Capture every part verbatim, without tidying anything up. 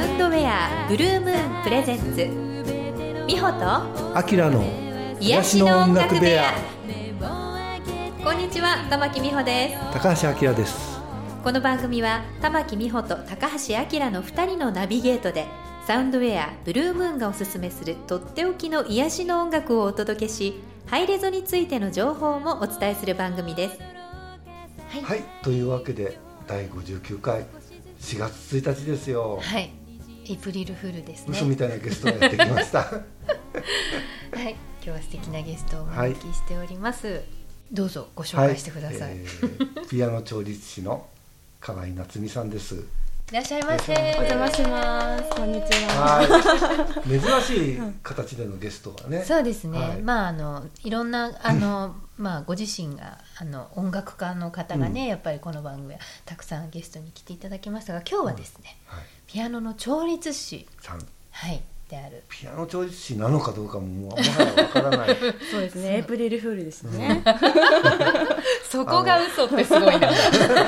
ンドウェアブルームーンプレゼンツ美穂とアキラの癒しの音楽部屋。こんにちは、玉木美穂です。 高橋明です。 この番組は玉木美穂と高橋明のふたりのナビゲートでサウンドウェアブルームーンがおすすめするとっておきの癒しの音楽をお届けし、ハイレゾについての情報もお伝えする番組です。 はい、はい、というわけでだいごじゅうきゅうかいしがつついたちですよ。 はい、エイプリルフールですね。 嘘みたいなゲストがやってきましたはい、 今日は素敵なゲストをお招きしております、はい、どうぞご紹介してください、はい、えー、ピアノ調律師の河合夏美さんです。 いらっしゃいませ。 お邪魔します。こんにちは。 はい、珍しい形でのゲストがね。 そうですね、 はい、 まああのいろんなあのまあご自身があの音楽家の方がね、うん、やっぱりこの番組はたくさんゲストに来ていただきましたが、今日はですね、うん、はい、ピアノの調律師さん、はい、であるピアノ調律師なのかどうかももはやわからないそうですね、エイプリルフールですね、うん、 そこが嘘ってすごいな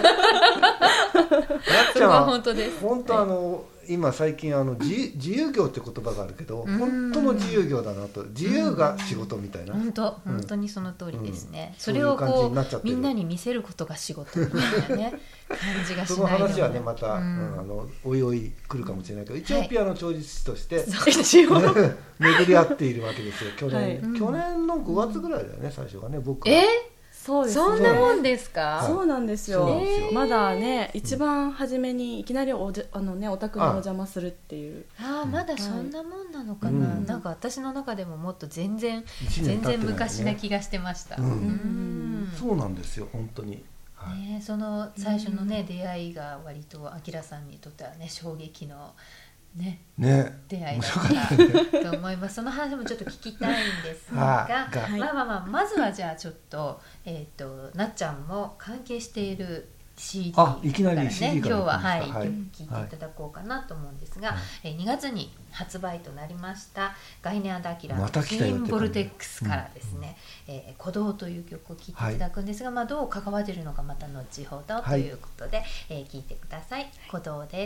それは本当です。 本当あの、はい、今最近あの 自, 自由業って言葉があるけど、本当の自由業だなと、自由が仕事みたいな、 本当、うん、本当にその通りですね、うん、それをこうみんなに見せることが仕事みたいなね感じがしないような、 その話はねまた、うん、あのおいおい来るかもしれないけど、一応ピアノ調律師として、はい、巡り合っているわけですよ。去年、はい、去年のごがつぐらいだよね、最初がね、僕は。 えーそうですね、 そんなもんですか。 はい、そうなんですよ、えー、まだね一番初めにいきなりおじあの、ね、お宅にお邪魔するっていう。 ああ、まだそんなもんなのかな、はい、なんか私の中でももっと全然、ね、全然昔な気がしてました、うんうん、 そうなんですよ本当に、 はい、ね、その最初のね、出会いが割と明さんにとってはね衝撃のねね、 出会いだったと思います。その話もちょっと聞きたいんですが、 はい、 まあまあまあ、まずはじゃあちょっと、えーと、なっちゃんも関係している シーディー からね、 いきなり シーディー から今日は、はい、 はい、 聴いていただこうかなと思うんですが、はい、にがつに発売となりましたガイネ・アンダ・アキラのツインボルテックスからですね、うん、えー、鼓動という曲を聴いていただくんですが、はい、まあ、どう関わっているのかまた後ほどということで、はい、えー、聴いてください。鼓動です。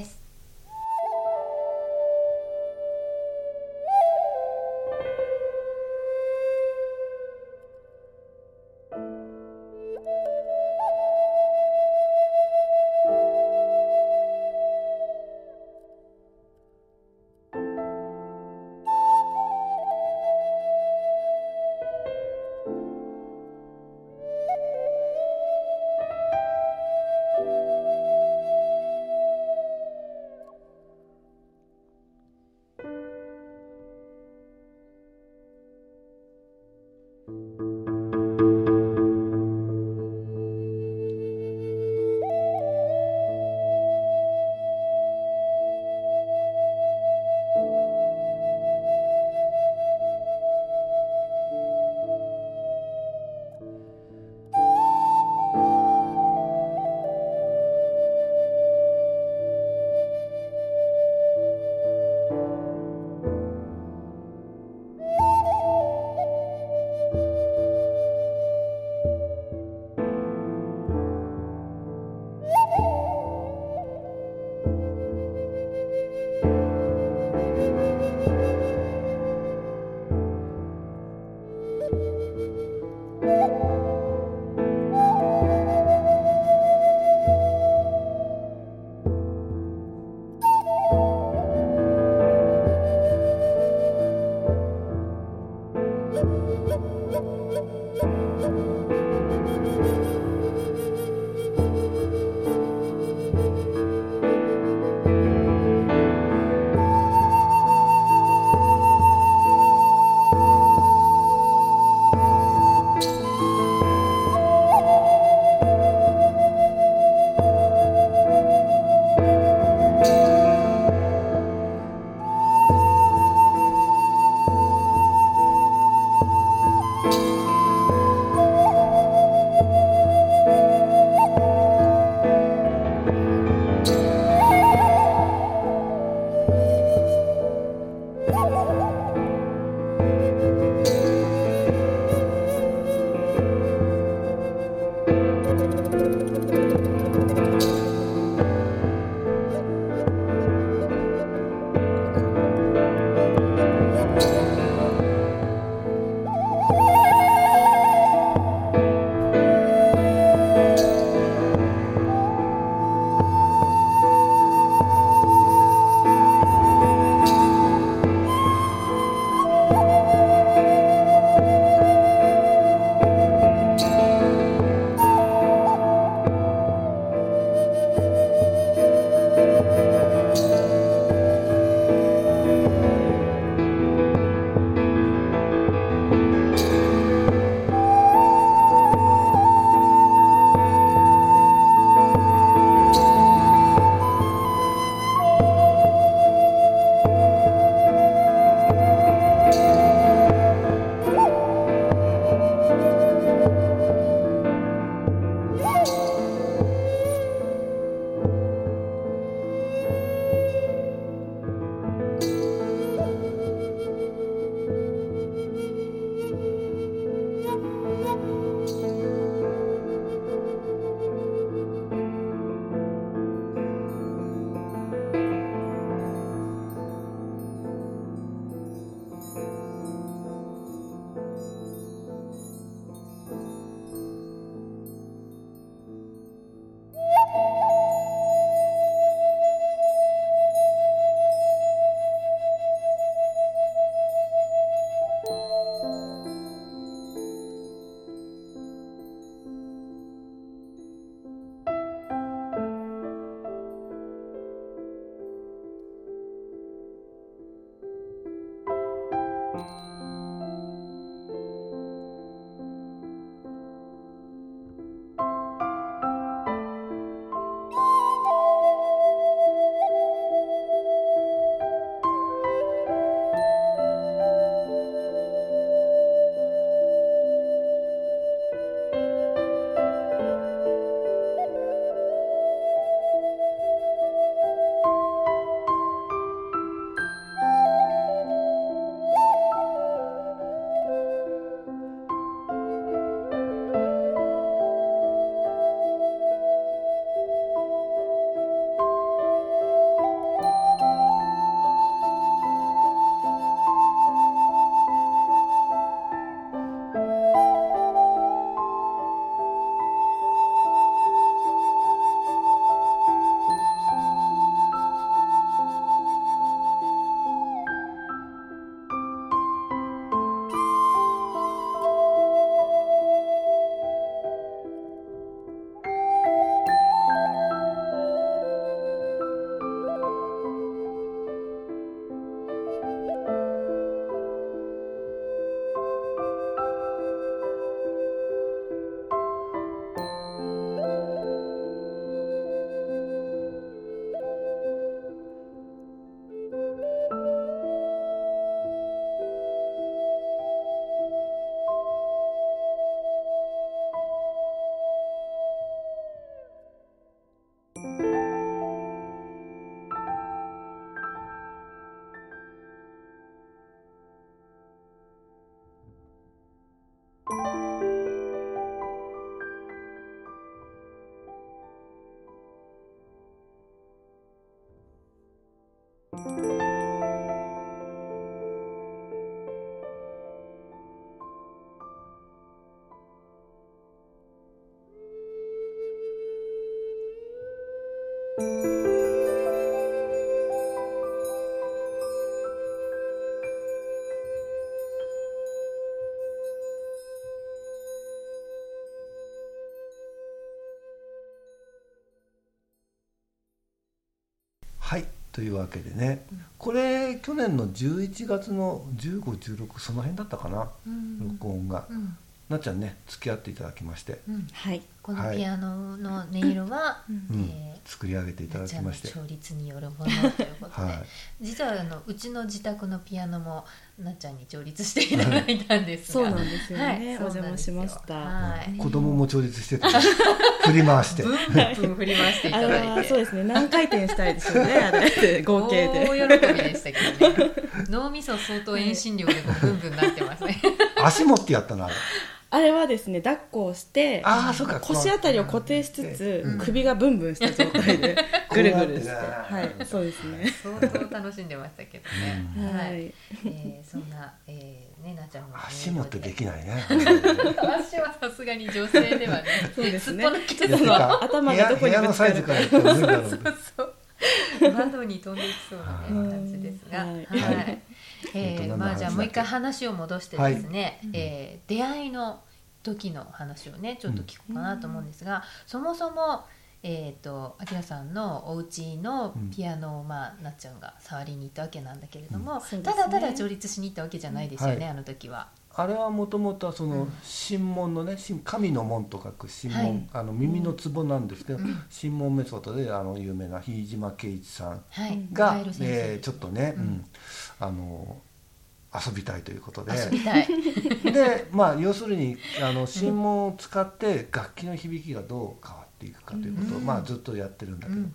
はい、というわけでね、うん、これ去年のじゅういちがつのじゅうご、じゅうろくその辺だったかな、うん、録音が、うん、なっちゃんね付き合っていただきまして、うん、 はい、このピアノの音色は、 うんえー、作り上げていただきまして、 なっちゃんの調律によるものということで、はい、実はあのうちの自宅のピアノもなっちゃんに調律していただいたんですが、 そうなんですよね、はい、お邪魔しました、 はい、子供も調律してた振り回してブンブン振り回していただいて、 あれそうですね、何回転したいですよねあれ合計で大喜びでしたけどね脳みそ相当遠心力でブンブンなってますね足持ってやったのあれあれはですね、抱っこをしてあそうか腰あたりを固定しつつ、うん、首がブンブンした状態でぐるぐるして、はい、そうですね。 相当楽しんでましたけどね。うん、はい、えー、そんな、えー、ねなちゃんの足持ってできないね。 足はさすがに女性ではね。 そうですね。ちょっと頭がどこにぶつかるか。 そうそうそう。窓に飛んでいきそうな、ね、感じですが。はい。はいえーまあ、じゃあもう一回話を戻してですね、はいえー、出会いの時の話をねちょっと聞こうかなと思うんですが、うん、そもそもえーと、あきらさんのお家のピアノを、まあ、なっちゃんが触りに行ったわけなんだけれども、うんね、ただただ調律しに行ったわけじゃないですよね、はい、あの時は。 あれはもともとその神門のね、神の門と書く神門、はい、あの耳の壺なんですけど、うん、神門メソッドであの有名な飯島圭一さんが、はいえー、ちょっとね、うんうん、あの遊びたいということで遊びたいで、まあ、要するにあの神門を使って楽器の響きがどう変わっていくかということを、うんまあ、ずっとやってるんだけど、うん、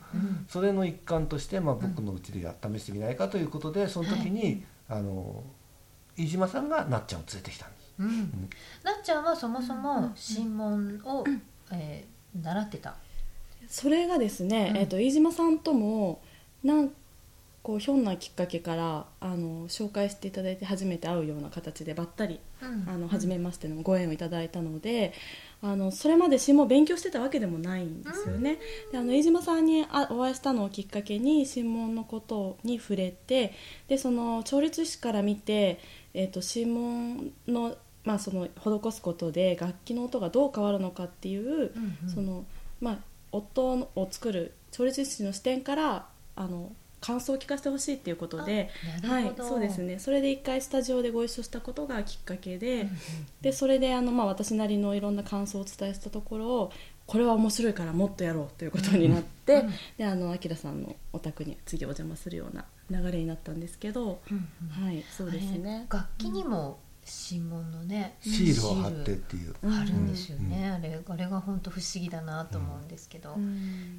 それの一環として、まあ、僕の家でや試してみないかということでその時に、はい、あの飯島さんがなっちゃんを連れてきたんです、うんうん、 なっちゃんはそもそも神門を、うんえー、習ってた。 それがですね、うんえー、と飯島さんともなんこうひょんなきっかけからあの紹介していただいて初めて会うような形でばったり、うん、あの初めましてのご縁をいただいたので、あのそれまで詩も勉強してたわけでもないんですよね、うん、であの飯島さんにあお会いしたのをきっかけに神門のことに触れて、でその調律師から見て、えー、と神門の、まあ、その施すことで楽器の音がどう変わるのかっていう、うんうんそのまあ、音を作る調律師の視点からあの感想を聞かせてほしいっていうことで、はい、そうですね。それで一回スタジオでご一緒したことがきっかけで、うんうんうん、でそれであの、まあ、私なりのいろんな感想をお伝えしたところ、これは面白いからもっとやろうということになって、うんうん、であのあきらさんのお宅に次お邪魔するような流れになったんですけど、うんうん、はい、そうですね。 楽器にも神門のね、 シールを貼ってっていうあるんですよね、うんうん、あれ、あれが本当不思議だなと思うんですけど、うん、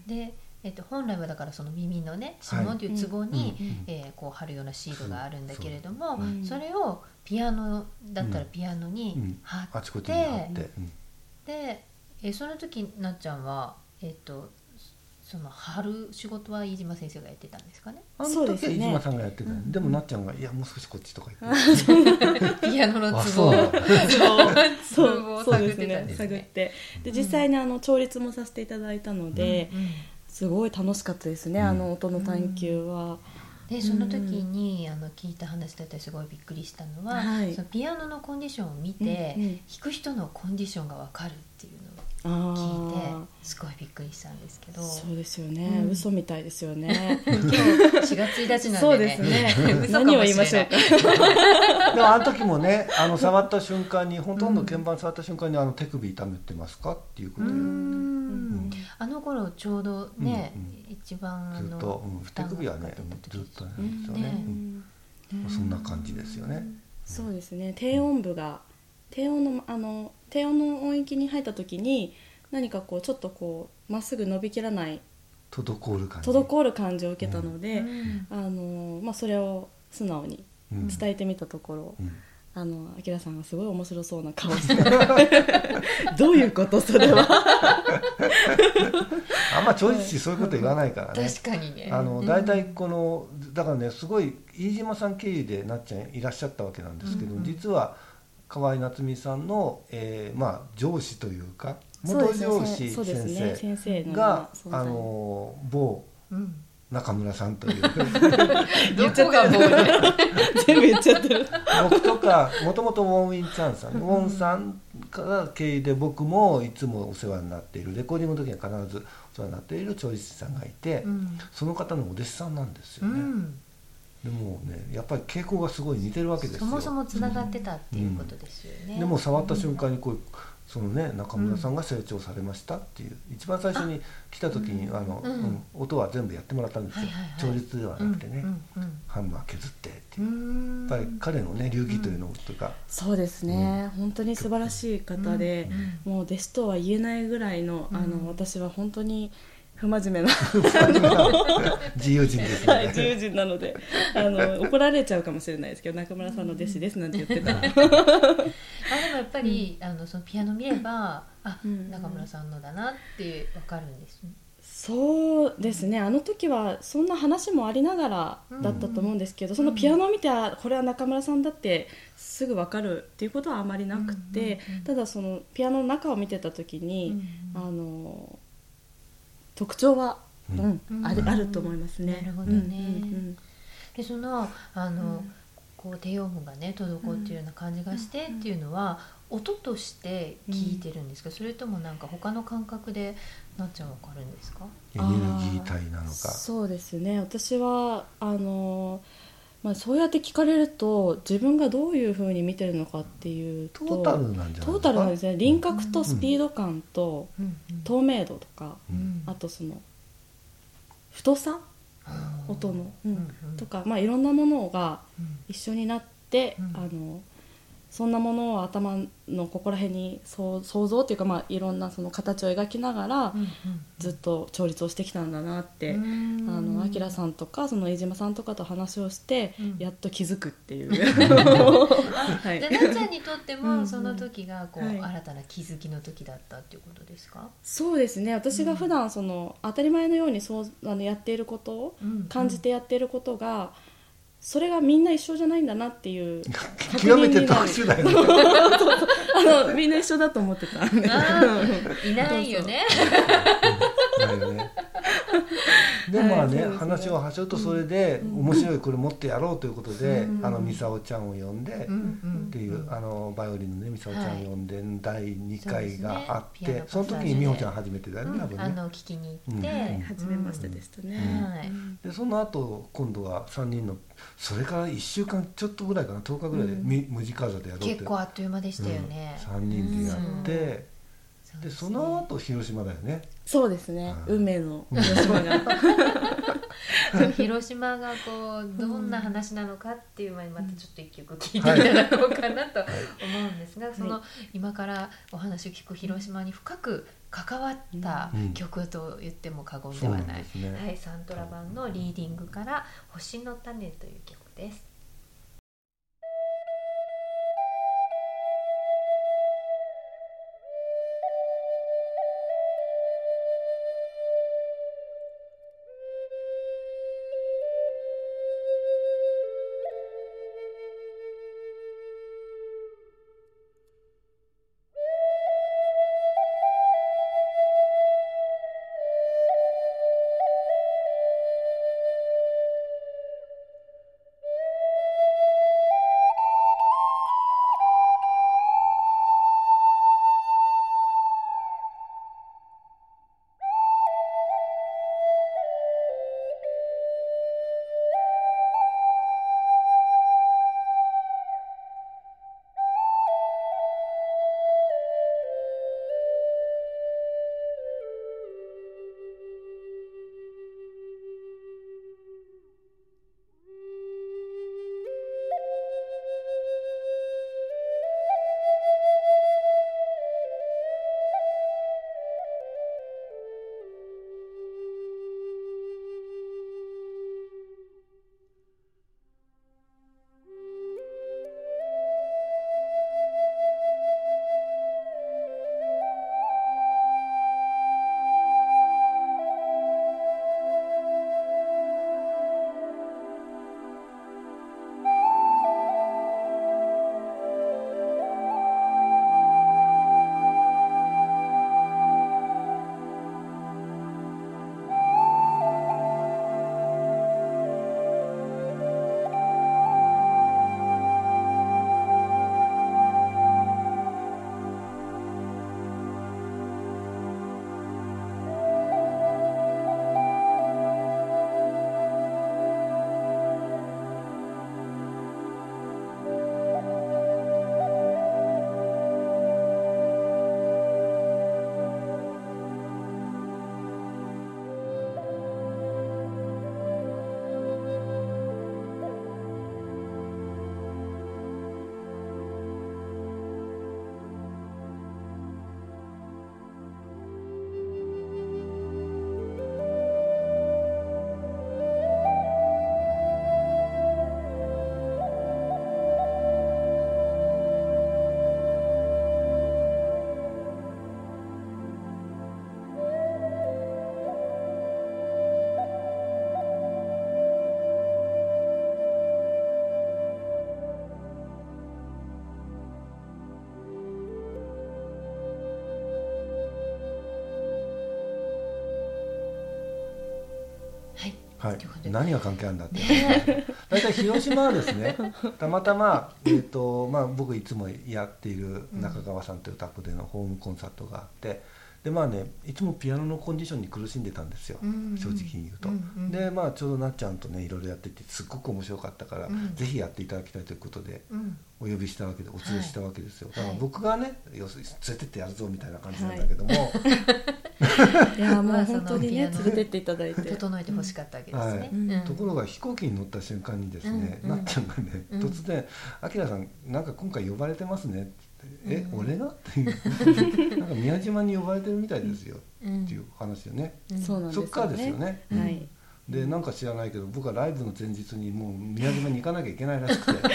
でえっと、本来はだからその耳のね神門という壺に、はいえー、こう貼るようなシールがあるんだけれども、 そ, それをピアノだったらピアノに貼って、うんうん、あちこちに貼って、うん、で、えー、その時なっちゃんは、えー、とその貼る仕事は飯島先生がやってたんですかね。 あの時は飯島さんがやってた、ねうん、でもなっちゃんがいやもう少しこっちとか言ってピアノの壺を探ってたんですね。 探ってで実際にあの調律もさせていただいたので、うんうん、すごい楽しかったですね、うん、あの音の探求は、 うん、でその時に、うん、あの聞いた話だったりすごいびっくりしたのは、はい、そのピアノのコンディションを見て、うんうん、弾く人のコンディションが分かるっていうのを聞いてすごいびっくりしたんですけど。 そうですよね、うん、嘘みたいですよね今日しがつついたちなんでね。そうですね何を言いましょうかでもあの時もねあの触った瞬間にほとんど鍵盤触った瞬間にあの手首痛めてますかっていうことで、うんうんあの頃ちょうどね、うんうん、一番あのずっと、うん、手首はねずっとなんですよね、うんねうん、そんな感じですよね、うん、 そうですね。低音部が低音のあの低音の音域に入った時に何かこうちょっとこうまっすぐ伸びきらない滞る感じ滞る感じを受けたので、うんあのまあ、それを素直に伝えてみたところ、うんあのあきらさんがすごい面白そうな顔してどういうことそれはあんま長実そういうこと言わないからね。 確かにね。 あのだいたいこのだからねすごい飯島さん経由でなっちゃんいらっしゃったわけなんですけど、うんうん、実は河合夏美さんの、えーまあ、上司というか元上司先生が、ね、あの某中村さんという言っちゃった全部言っちゃってる僕とかもともとウォン・ウィン・チャンさん、うん、ウォンさんから経由で僕もいつもお世話になっているレコーディングの時には必ずお世話になっている調律師さんがいて、うん、その方のお弟子さんなんですよね、うん、でもねやっぱり傾向がすごい似てるわけですよ。 そもそもつながってたっていうことですよね、 うん、でも触った瞬間にこうそのね、中村さんが成長されましたっていう、うん、一番最初に来た時にあの、うんうん、音は全部やってもらったんですよ、はいはいはい、調律ではなくてね、うんうん、ハンマー削ってっていうやっぱり彼のね流儀というのとか、うん、 そうですね、うん、本当に素晴らしい方で、うんうん、もう弟子とは言えないぐらいの、あの私は本当に不真面目な自由人ですね、 はい、自由人なのであの怒られちゃうかもしれないですけど中村さんの弟子ですなんて言ってたらあでもやっぱり、うん、あのそのピアノ見ればあ、うん、中村さんのだなって分かるんですね。 そうですね、あの時はそんな話もありながらだったと思うんですけど、うん、そのピアノを見てこれは中村さんだってすぐ分かるっていうことはあまりなくて、うんうんうん、ただそのピアノの中を見てた時に、うんうん、あの特徴は、うんうん、ある、あると思いますね。 なるほどね、うんうんうん、でそのあの、うん、こう低音符がね滞っていうような感じがしてっていうのは、うん、音として聞いてるんですか、うん、それともなんか他の感覚でなっちゃう分かるんですか。 エネルギー体なのか。 そうですね、私はあの、まあ、そうやって聞かれると自分がどういう風に見てるのかっていうとトータルなんじゃないですか。 トータルなんですね。輪郭とスピード感と透明度とか、うん、あとその太さ、うん、音の、うんうん、とか、まあ、いろんなものが一緒になって、うん、あのそんなものを頭のここら辺に想像っていうか、まあ、いろんなその形を描きながら、うんうん、ずっと調律をしてきたんだなって、あの明さんとかその飯島さんとかと話をして、うん、やっと気づくっていうはい、でなっちゃんにとってもその時がこう、はい、新たな気づきの時だったっていうことですか。 そうですね、私が普段その当たり前のようにそうあのやっていることを、うん、感じてやっていることがそれがみんな一緒じゃないんだなっていう極めて特殊だよねあのみんな一緒だと思ってたんでいないよねないよねでまあね、はい、話をはしょるとそれで、うん、面白いこれ持ってやろうということで、うん、あのミサオちゃんを呼んで、うん、っていう、うん、あのバイオリンのねミサオちゃんを呼んで、はい、だいにかいがあって そ,、ね、その時に美穂ちゃん初めてだよね、多分ね、 あの聞きに行って、 うん、初めましてでしたね、 はい、でその後今度はさんにんのそれからいっしゅうかんちょっとぐらいかなとおかぐらいで、うん、無地風でやろうって結構あっという間でしたよね、 うん、さんにんでやって、うん、でその後広島だよね。 そうですね、うん、運命の広島が広島がこうどんな話なのかっていう前にまたちょっと一曲聴いていただこうかなと思うんですが、はい、その今からお話を聞く広島に深く関わった曲と言っても過言ではない、うんね、はい、サントラ版のリーディングから星の種という曲です。 はい、何が関係あるんだって大体広島はですねたまたま、えーとまあ、僕いつもやっている中川さんという宅でのホームコンサートがあって、でまあね、いつもピアノのコンディションに苦しんでたんですよ、うんうん、正直に言うと、うんうん、でまあちょうどなっちゃんとねいろいろやっててすっごく面白かったから、うん、ぜひやっていただきたいということで、うん、お呼びしたわけでお連れしたわけですよ、はい、だから僕がね要するに連れてってやるぞみたいな感じなんだけども、 はい、いやもう本当にね連れてっていただいて整えてほしかったわけですね、はいうん、ところが飛行機に乗った瞬間にですね、うんうん、なっちゃんがね突然「あきらさんなんか今回呼ばれてますね」ってえ、うん、俺がっていうなんか宮島に呼ばれてるみたいですよ、うん、っていう話よね、 うん、そっからですよね、 はい、 でなんか知らないけど僕はライブの前日にもう宮島に行かなきゃいけないらしくて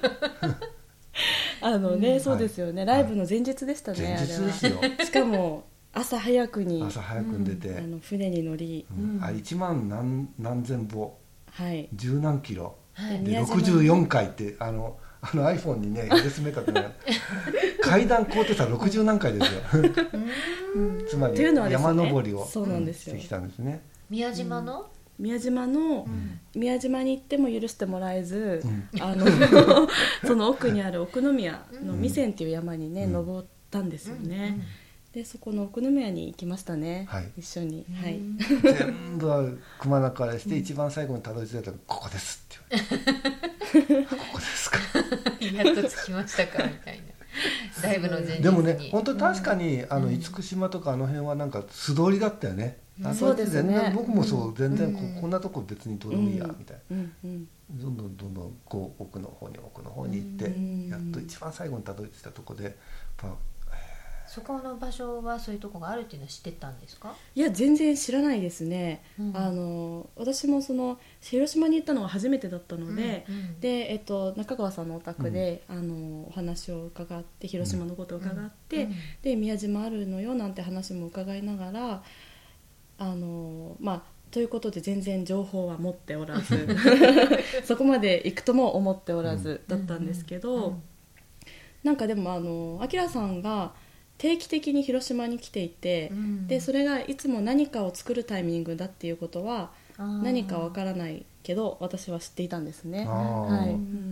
あのね、うん、そうですよね、ライブの前日でしたね、 前日ですよしかも朝早くに朝早くに出て、 うん、あの船に乗り、 うん、あいちまん 何, 何千歩、 はい、 十何キロ、はい、でろくじゅうよんかいってあのあの iPhone にね入れ墨かってね階段高低差ろくじゅう何回ですよつまり山登りをしてきたんですね。 宮島の、うん、 宮島の、うん、宮島に行っても許してもらえず、うん、あのその奥にある奥宮の弥山っていう山にね、うん、登ったんですよね、うんうん、でそこの奥宮に行きましたね、はい、一緒に、はい、 全部くまなくあれして、うん、一番最後にたどり着いたらここですって言われてここですかやっと着きましたかみたいなライブの前日にでもね本当に確かに、うん、あの厳島とかあの辺はなんか素通りだったよね、 うん、そうですね、 僕もそう、うん、全然 こ,、うん、こんなとこ別にどうでもいいやみたいな、うんうん、どんどんどんどんこう奥の方に奥の方に行って、うん、やっと一番最後にたどり着いたとこでパそこの場所はそういうとこがあるっていうのは知ってたんですか？ いや全然知らないですね、うん、あの私もその広島に行ったのが初めてだったので、うんうん、で、えっと、中川さんのお宅で、うん、あのお話を伺って広島のことを伺って、うんうん、で宮島あるのよなんて話も伺いながらあのまあということで全然情報は持っておらずそこまで行くとも思っておらずだったんですけど、うんうんうん、なんかでもあのあきらさんが定期的に広島に来ていて、うん、でそれがいつも何かを作るタイミングだっていうことは何かわからないけど私は知っていたんですね、はいうん、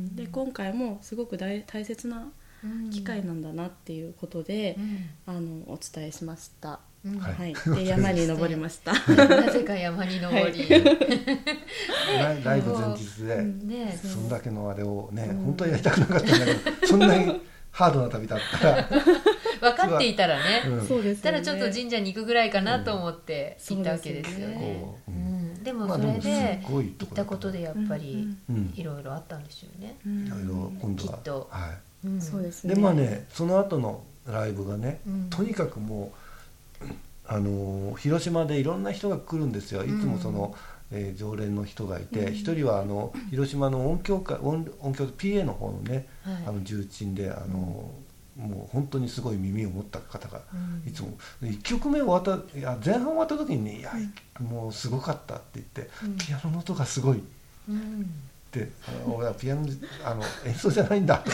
で今回もすごく大, 大切な機会なんだなっていうことで、うん、あのお伝えしました、うんはい、で山に登りましたなぜか山に登り、はい、 ライブ前日で、ね、そんだけのあれをね、うん、本当はやりたくなかったんだけどそんなにハードな旅だったら分かっていたらね、 うん、そうですよね、 ただちょっと神社に行くぐらいかなと思って行ったわけですよね、うんうん、でもそれで行ったことでやっぱりいろいろあったんですよね、 いろいろ今度はきっと、 はいうん、そうですね。 でまあねその後のライブがね、うん、とにかくもうあの広島でいろんな人が来るんですよ。いつもその、うんえー、常連の人がいて、一、うん、人はあの広島の音響か音音響 ピーエー の方のね、はい、あの重鎮であの、うん、もう本当にすごい耳を持った方がいつも、うん、いっきょくめ終わったいや前半終わった時に、ね、いやもうすごかったって言って、うん、ピアノの音がすごい、うん、って俺はピアノあの演奏じゃないんだと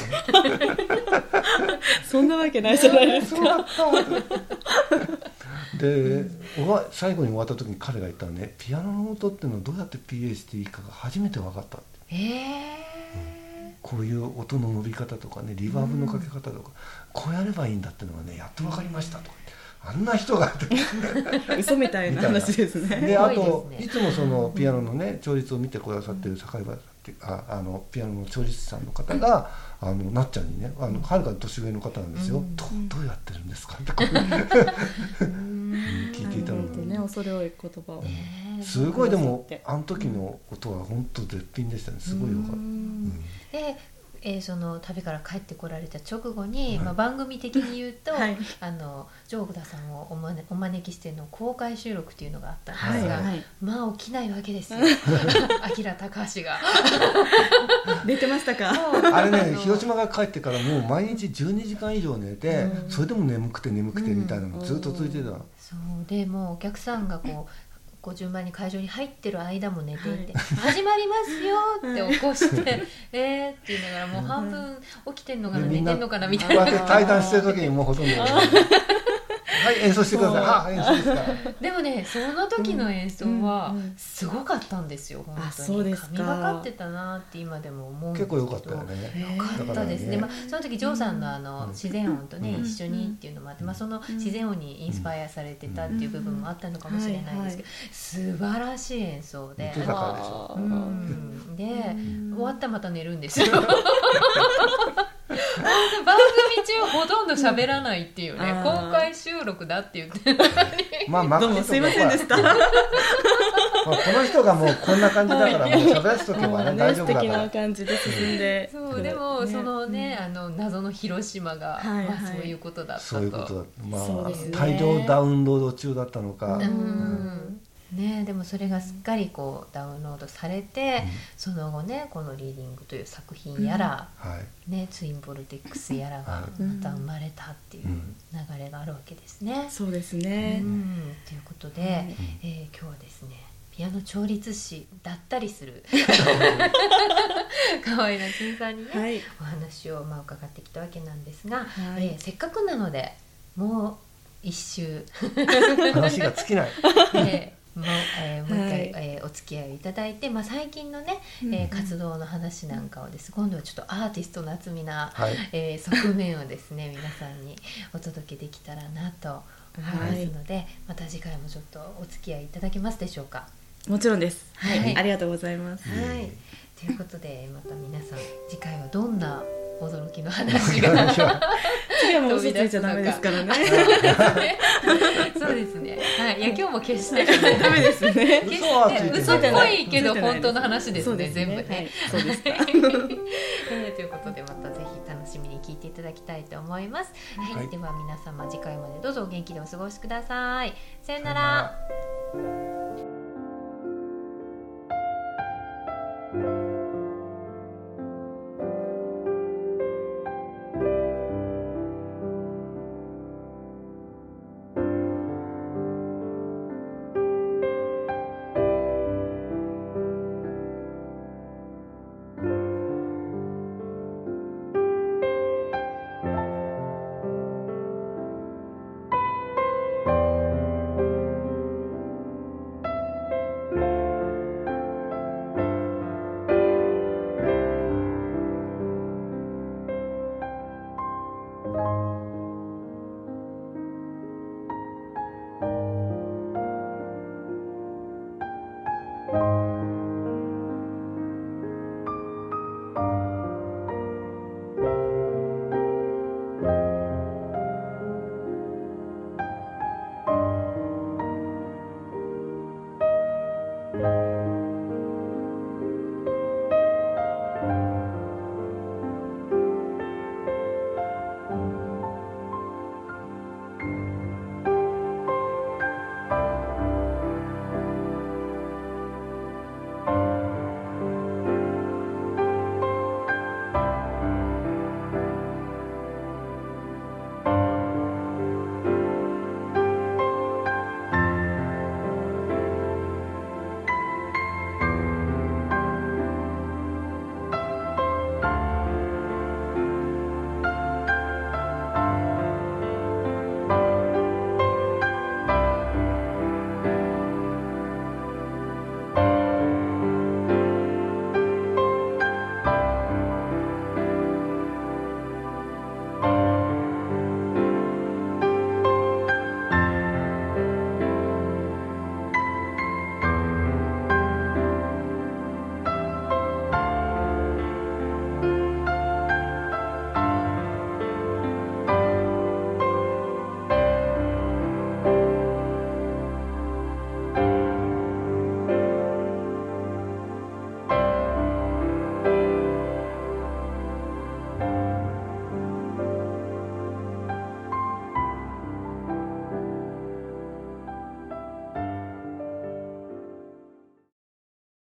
そんなわけないじゃないですかで、うん、最後に終わった時に彼が言ったらね、ピアノの音っていうのをどうやって ピーエー していいかが初めて分かったって、 えーうん、 こういう音の伸び方とかねリバーブのかけ方とか、うん、こうやればいいんだっていうのがねやっと分かりましたとか、あんな人が嘘みたいな話ですね。 であと い, いつもそのピアノのね調律を見てくださっている坂井原ああのピアノの調律師さんの方があのなっちゃんにね、あのはるか年上の方なんですよ、うん、ど, どうやってるんですかってこう聞いていたので、 ね、恐れ多い言葉を、 うん、すごいでもあの時の音は本当絶品でしたね。すごいよかった、うん、 でえー、その旅から帰ってこられた直後に、はいまあ、番組的に言うと、はい、あの城田さんをお招お招きしての公開収録っていうのがあったんですが、はいはい、まあ起きないわけですよ明高橋が寝てましたか？ あれね広島が帰ってからもう毎日じゅうにじかん以上寝て、うん、それでも眠くて眠くてみたいなのずっと続いてた、うん、 そうでもうお客さんがこうこう順番に会場に入ってる間も寝ていて、はい、始まりますよって起こしてえーって言いながらもう半分起きてんのかな寝てんのかなみたいな対談してる時にもうほとんどはい演奏してください。は演奏ですか。 でもねその時の演奏はすごかったんですよ、本当に。 あそうですか。 神がかってたなって今でも思うんですけど。 結構良かったよね。 良かったですね。まあその時ジョーさんのあのうん自然音とね、 うん一緒にっていうのもあって、まあその自然音にインスパイアされてたっていう部分もあったのかもしれないですけど、素晴らしい演奏で。 豊かでしょ。 うん、で終わったらまた寝るんですよ。番組中ほとんど喋らないっていうね、公開収録だって言ってまあどうもすいませんでした。 まあこの人がもうこんな感じだからもう喋らせとけばね大丈夫だから。 素敵な感じで進んで。 そうでもそのねあの謎の広島がまあそういうことだったと。 そういうことだった。まあね、 大量ダウンロード中だったのか。 うんね、でもそれがすっかりこうダウンロードされて、うん、その後ねこのリーディングという作品やら、うんはいね、ツインボルテックスやらがまた生まれたっていう流れがあるわけですね。 うん、そうですね、 うん、ということで、うんえー、今日はですねピアノ調律師だったりする河合夏美さんにね、はい、お話をまあ伺ってきたわけなんですが、はいえー、せっかくなのでもう一周話が尽きない。 えーもう、えー、もう一回、はいえー、お付き合いをいただいて、まあ、最近のね、えー、活動の話なんかをです、今度はちょっとアーティスト夏美な、はいえー、側面をですね皆さんにお届けできたらなと思いますので、はい、また次回もちょっとお付き合いいただけますでしょうか。 もちろんです、はいはい、ありがとうございます、 はい、ということでまた皆さん次回はどんな驚きの話が次はもう嘘ついちゃダメですからね。 そうですね。はい、いや今日も決してダメですね。 決して嘘っぽいけど本当の話ですね。全部ね。 そうですか。 えー、ということでまたぜひ楽しみに聞いていただきたいと思います。はい、はい、では皆様次回までどうぞお元気でお過ごしください。さよなら。you